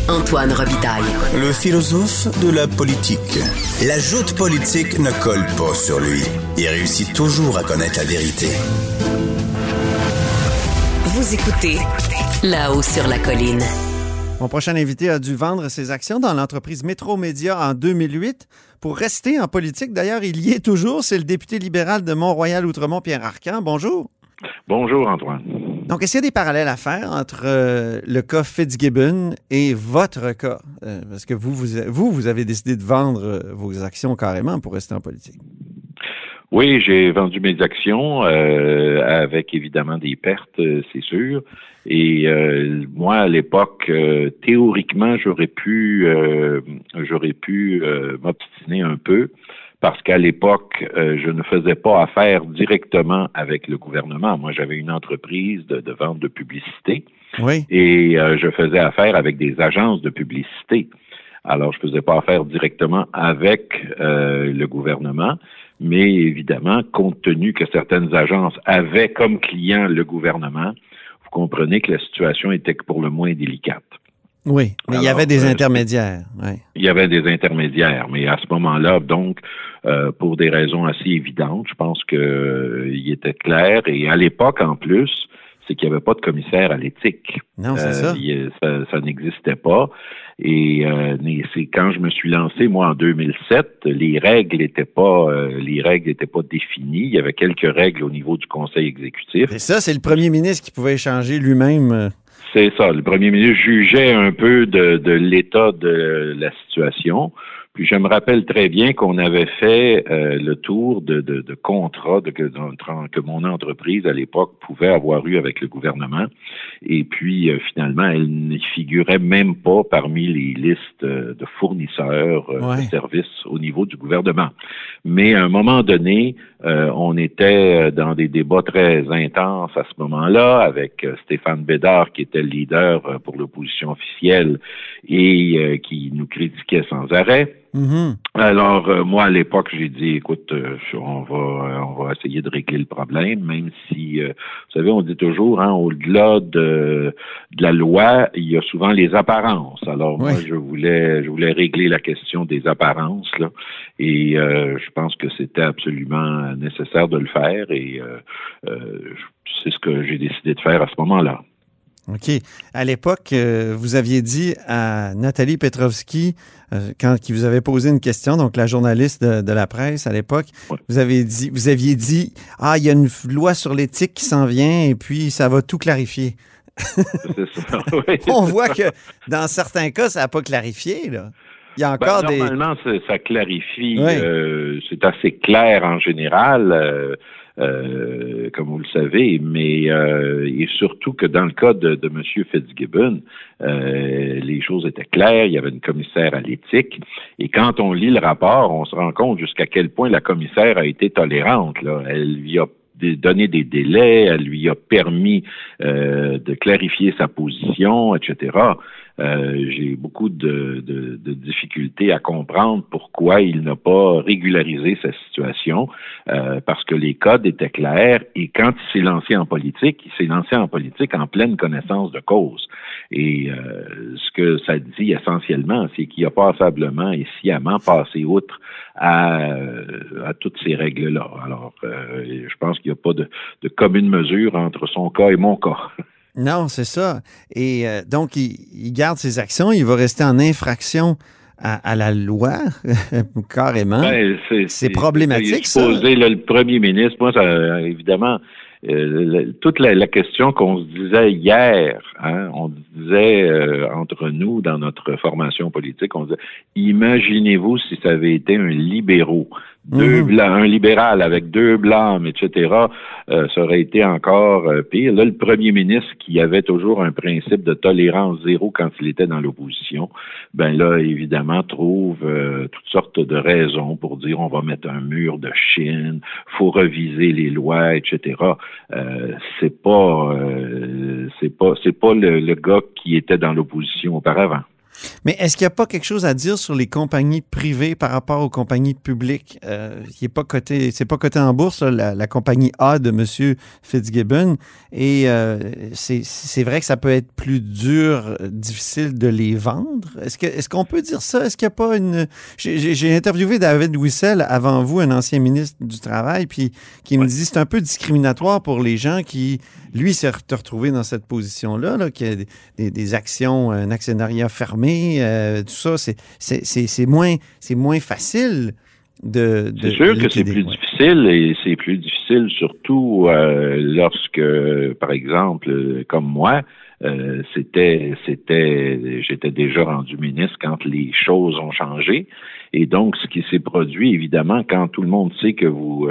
Antoine Robitaille. Le philosophe de la politique. La joute politique ne colle pas sur lui. Il réussit toujours à connaître la vérité. Vous écoutez Là-haut sur la colline. Mon prochain invité a dû vendre ses actions dans l'entreprise Métro-Média en 2008 pour rester en politique. D'ailleurs, il y est toujours. C'est le député libéral de Mont-Royal-Outremont, Pierre Arcan. Bonjour. Bonjour, Antoine. Donc, est-ce qu'il y a des parallèles à faire entre le cas Fitzgibbon et votre cas? Parce que vous avez décidé de vendre vos actions carrément pour rester en politique. Oui, j'ai vendu mes actions avec évidemment des pertes, c'est sûr. Et moi, à l'époque, théoriquement, j'aurais pu m'obstiner un peu parce qu'à l'époque, je ne faisais pas affaire directement avec le gouvernement. Moi, j'avais une entreprise de vente de publicité. Oui. Et je faisais affaire avec des agences de publicité. Alors, je faisais pas affaire directement avec le gouvernement. Mais évidemment, compte tenu que certaines agences avaient comme client le gouvernement, vous comprenez que la situation était pour le moins délicate. Oui, mais alors, il y avait des intermédiaires. Oui. Il y avait des intermédiaires, mais à ce moment-là, donc, pour des raisons assez évidentes, je pense que il était clair. Et à l'époque, en plus, c'est qu'il n'y avait pas de commissaire à l'éthique. Non, c'est ça. Ça n'existait pas. Et c'est quand je me suis lancé, moi, en 2007, les règles n'étaient pas définies. Il y avait quelques règles au niveau du Conseil exécutif. C'est ça, c'est le premier ministre qui pouvait échanger lui-même. C'est ça. Le premier ministre jugeait un peu de l'état de la situation. Puis je me rappelle très bien qu'on avait fait le tour de contrats que mon entreprise à l'époque pouvait avoir eu avec le gouvernement. Et puis finalement, elle ne figurait même pas parmi les listes de fournisseurs de services au niveau du gouvernement. Mais à un moment donné, on était dans des débats très intenses à ce moment-là avec Stéphane Bédard qui était le leader pour l'opposition officielle et qui nous critiquait sans arrêt. Mm-hmm. Alors, moi, à l'époque, j'ai dit, écoute, on va essayer de régler le problème, même si, vous savez, on dit toujours, au-delà de la loi, il y a souvent les apparences. Alors, moi, je voulais régler la question des apparences, là, et je pense que c'était absolument nécessaire de le faire, et c'est ce que j'ai décidé de faire à ce moment-là. OK. À l'époque, vous aviez dit à Nathalie Petrovski, qui vous avait posé une question, donc la journaliste de la presse à l'époque, vous aviez dit, il y a une loi sur l'éthique qui s'en vient et puis ça va tout clarifier. C'est ça, oui. On voit que dans certains cas, ça n'a pas clarifié, là. Il y a encore normalement, ça clarifie. Oui. C'est assez clair en général. Comme vous le savez, mais et surtout que dans le cas de M. Fitzgibbon, les choses étaient claires, il y avait une commissaire à l'éthique, et quand on lit le rapport, on se rend compte jusqu'à quel point la commissaire a été tolérante, là. Elle lui a donné des délais, elle lui a permis de clarifier sa position, etc. J'ai beaucoup de difficultés à comprendre pourquoi il n'a pas régularisé sa situation, parce que les codes étaient clairs, et quand il s'est lancé en politique en pleine connaissance de cause. Et ce que ça dit essentiellement, c'est qu'il a passablement et sciemment passé outre à toutes ces règles-là. Alors, je pense qu'il n'y a pas de commune mesure entre son cas et mon cas. Non, c'est ça. Et donc, il garde ses actions, il va rester en infraction à la loi, carrément. Ben, c'est problématique, ça. Le premier ministre, moi, ça, évidemment, toute la question qu'on se disait hier, on disait entre nous dans notre formation politique, on disait, imaginez-vous si ça avait été un libéraux. Un libéral avec 2 blâmes, etc., ça aurait été encore pire. Là, le premier ministre, qui avait toujours un principe de tolérance zéro quand il était dans l'opposition, ben là, évidemment, trouve toutes sortes de raisons pour dire on va mettre un mur de Chine, faut reviser les lois, etc. C'est pas le gars qui était dans l'opposition auparavant. Mais est-ce qu'il n'y a pas quelque chose à dire sur les compagnies privées par rapport aux compagnies publiques? C'est pas coté en bourse, là, la compagnie A de M. Fitzgibbon. Et c'est vrai que ça peut être plus dur, difficile de les vendre. Est-ce qu'on peut dire ça? Est-ce qu'il n'y a pas une... J'ai interviewé David Wissel avant vous, un ancien ministre du Travail, puis qui me dit que c'est un peu discriminatoire pour les gens qui, lui, s'est retrouvé dans cette position-là, là, qui a des actions, un actionnariat fermé, tout ça, c'est moins facile de c'est sûr que c'est plus difficile, et c'est plus difficile surtout lorsque, par exemple, comme moi, j'étais déjà rendu ministre quand les choses ont changé. Et donc, ce qui s'est produit, évidemment, quand tout le monde sait que vous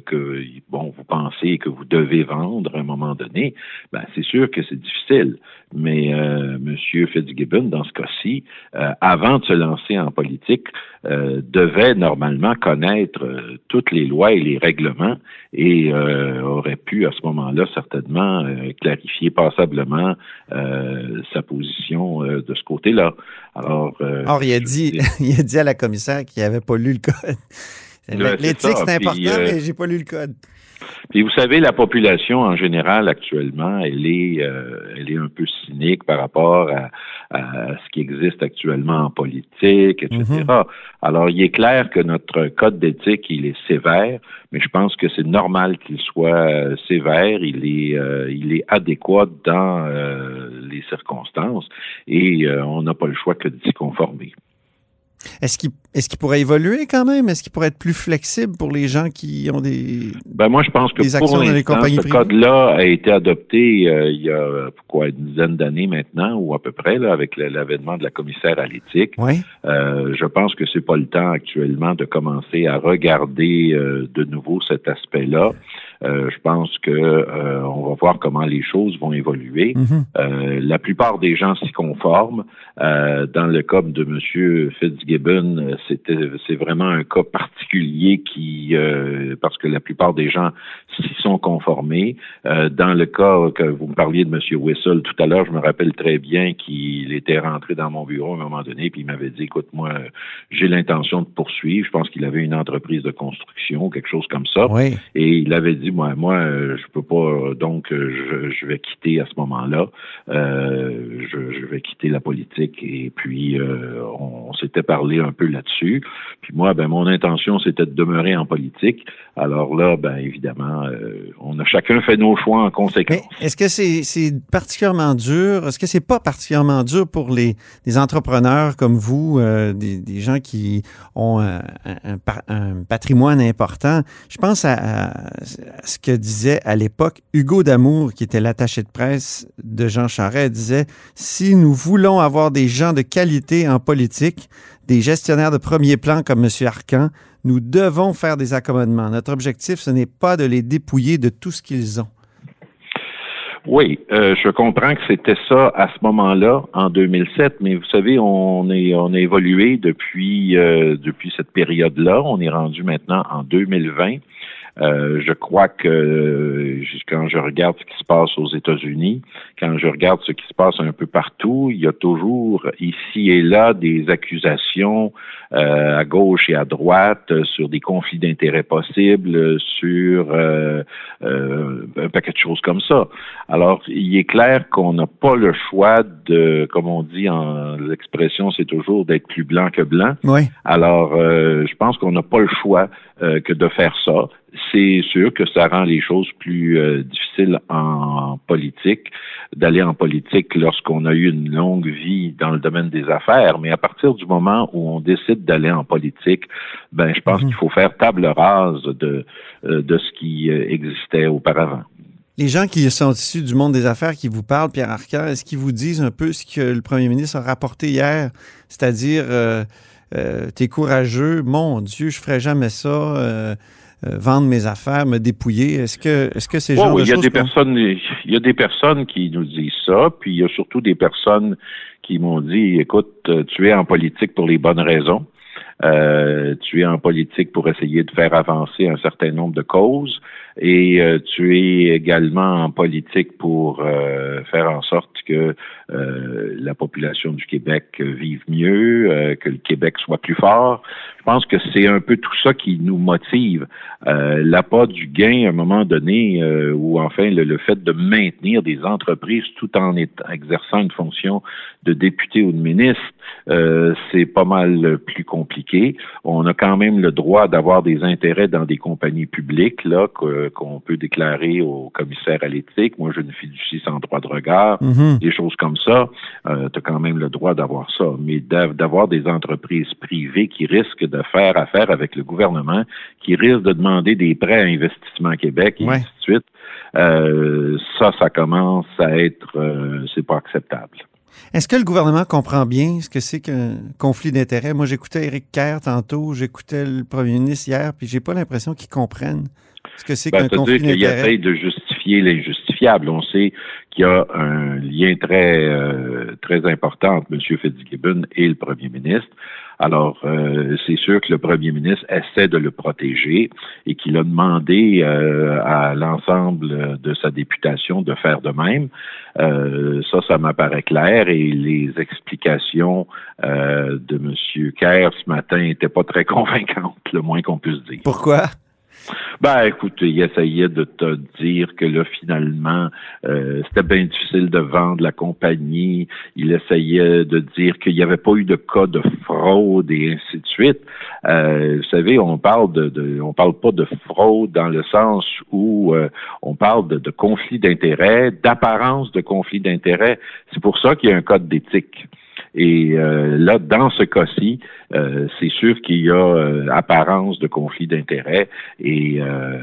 pensez que vous devez vendre à un moment donné, ben c'est sûr que c'est difficile. Mais M. Fitzgibbon, dans ce cas-ci, avant de se lancer en politique, devait normalement connaître toutes les lois et les règlements et aurait pu, à ce moment-là, certainement clarifier passablement sa position de ce côté-là. Alors, il a dit à la commissaire qu'il n'avait pas lu le code. L'éthique, c'est important, mais j'ai pas lu le code. Puis vous savez, la population en général actuellement, elle est un peu cynique par rapport à ce qui existe actuellement en politique, etc. Mm-hmm. Alors, il est clair que notre code d'éthique, il est sévère, mais je pense que c'est normal qu'il soit sévère. Il est adéquat dans les circonstances et on n'a pas le choix que de s'y conformer. Est-ce qu'il pourrait évoluer quand même? Est-ce qu'il pourrait être plus flexible pour les gens qui ont des moi, je pense que pour l'instant, ce code-là a été adopté il y a une dizaine d'années maintenant, ou à peu près, là, avec l'avènement de la commissaire à l'éthique. Oui. Je pense que c'est pas le temps actuellement de commencer à regarder de nouveau cet aspect-là. Je pense que on va voir comment les choses vont évoluer. Mm-hmm. La plupart des gens s'y conforment. Dans le cas de M. Fitzgibbon, c'est vraiment un cas particulier parce que la plupart des gens s'y sont conformés. Dans le cas que vous me parliez de M. Wissel tout à l'heure, je me rappelle très bien qu'il était rentré dans mon bureau à un moment donné, puis il m'avait dit, écoute, moi, j'ai l'intention de poursuivre. Je pense qu'il avait une entreprise de construction, quelque chose comme ça. Oui. Et il avait dit, moi, je peux pas, donc je vais quitter à ce moment-là. Je vais quitter la politique. Et puis, on s'était parlé un peu là-dessus. Puis moi, mon intention, c'était de demeurer en politique. Alors là, évidemment, on a chacun fait nos choix en conséquence. Mais est-ce que c'est particulièrement dur? Est-ce que c'est pas particulièrement dur pour les entrepreneurs comme vous, des gens qui ont un patrimoine important? Je pense à ce que disait à l'époque Hugo Damour, qui était l'attaché de presse de Jean Charest, disait « Si nous voulons avoir des gens de qualité en politique, des gestionnaires de premier plan comme M. Arcan, nous devons faire des accommodements. Notre objectif, ce n'est pas de les dépouiller de tout ce qu'ils ont. » Oui, je comprends que c'était ça à ce moment-là, en 2007, mais vous savez, on a évolué depuis cette période-là. On est rendu maintenant en 2020. Je crois que quand je regarde ce qui se passe aux États-Unis, quand je regarde ce qui se passe un peu partout, il y a toujours ici et là des accusations à gauche et à droite sur des conflits d'intérêts possibles, sur un paquet de choses comme ça. Alors, il est clair qu'on n'a pas le choix de, comme on dit en l'expression, c'est toujours d'être plus blanc que blanc. Oui. Alors, je pense qu'on n'a pas le choix que de faire ça. C'est sûr que ça rend les choses plus difficiles en politique, d'aller en politique lorsqu'on a eu une longue vie dans le domaine des affaires, mais à partir du moment où on décide d'aller en politique, je pense qu'il faut faire table rase de ce qui existait auparavant. Les gens qui sont issus du monde des affaires qui vous parlent, Pierre Arcan, est-ce qu'ils vous disent un peu ce que le premier ministre a rapporté hier, c'est-à-dire t'es courageux, mon Dieu, je ferais jamais ça, vendre mes affaires, me dépouiller. Est-ce que ces gens de choses... Il y a des personnes qui nous disent ça, puis il y a surtout des personnes qui m'ont dit, écoute, tu es en politique pour les bonnes raisons. tu es en politique pour essayer de faire avancer un certain nombre de causes et tu es également en politique pour faire en sorte que la population du Québec vive mieux, que le Québec soit plus fort. Je pense que c'est un peu tout ça qui nous motive. L'appât du gain à un moment donné, ou enfin le fait de maintenir des entreprises tout en exerçant une fonction de député ou de ministre, c'est pas mal plus compliqué. On a quand même le droit d'avoir des intérêts dans des compagnies publiques là qu'on peut déclarer au commissaire à l'éthique. Moi, j'ai une fiducie sans droit de regard, des choses comme ça. Tu as quand même le droit d'avoir ça. Mais d'avoir des entreprises privées qui risquent de faire affaire avec le gouvernement, qui risquent de demander des prêts à Investissement Québec et ainsi de suite, ça commence à être... c'est pas acceptable. Est-ce que le gouvernement comprend bien ce que c'est qu'un conflit d'intérêts? Moi, j'écoutais Éric Kerr tantôt, j'écoutais le premier ministre hier, puis j'ai pas l'impression qu'ils comprennent ce que c'est qu'un conflit d'intérêts. C'est-à-dire qu'il essaye de justifier l'injustifiable. On sait qu'il y a un lien très important entre M. Fitzgibbon et le premier ministre. Alors, c'est sûr que le premier ministre essaie de le protéger et qu'il a demandé à l'ensemble de sa députation de faire de même. Ça m'apparaît clair et les explications de M. Kerr ce matin n'étaient pas très convaincantes, le moins qu'on puisse dire. Pourquoi? Ben, écoute, il essayait de te dire que là, finalement, c'était bien difficile de vendre la compagnie. Il essayait de dire qu'il n'y avait pas eu de cas de fraude et ainsi de suite. Vous savez, on parle on parle pas de fraude dans le sens où on parle de conflit d'intérêts, d'apparence de conflit d'intérêts. C'est pour ça qu'il y a un code d'éthique. Et là, dans ce cas-ci, c'est sûr qu'il y a apparence de conflit d'intérêts et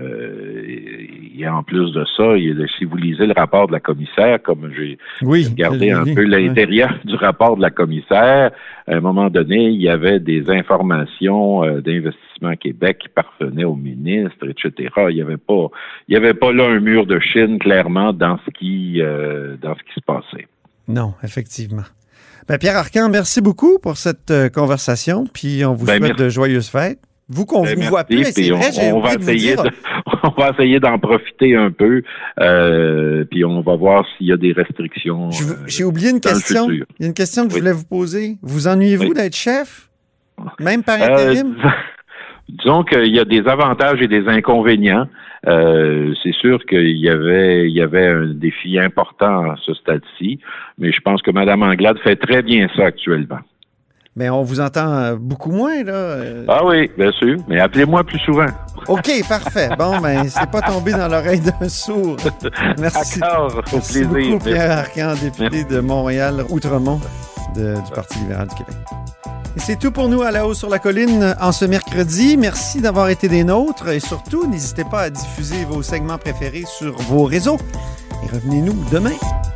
en plus de ça, si vous lisez le rapport de la commissaire, comme j'ai regardé un peu l'intérieur du rapport de la commissaire, à un moment donné, il y avait des informations d'Investissement Québec qui parvenaient au ministre, etc. Il y avait pas là un mur de Chine, clairement, dans ce qui se passait. Non, effectivement. Ben Pierre Arcan, merci beaucoup pour cette conversation, puis on vous souhaite de joyeuses fêtes. Vous qu'on vous voit plus, c'est vrai, on va essayer d'en profiter un peu, puis on va voir s'il y a des restrictions. J'ai oublié une question. Il y a une question que je voulais vous poser. Vous ennuyez-vous d'être chef, même par intérim? Disons qu'il y a des avantages et des inconvénients. C'est sûr qu'il y avait un défi important à ce stade-ci, mais je pense que Mme Anglade fait très bien ça actuellement. Mais on vous entend beaucoup moins, là. Ah oui, bien sûr, mais appelez-moi plus souvent. OK, parfait. Bon, ben, c'est pas tombé dans l'oreille d'un sourd. Merci. D'accord, au plaisir. Merci beaucoup, Pierre Arcan, député de Montréal-Outremont du Parti libéral du Québec. Et c'est tout pour nous à La Haut sur la Colline en ce mercredi. Merci d'avoir été des nôtres et surtout, n'hésitez pas à diffuser vos segments préférés sur vos réseaux. Et revenez-nous demain.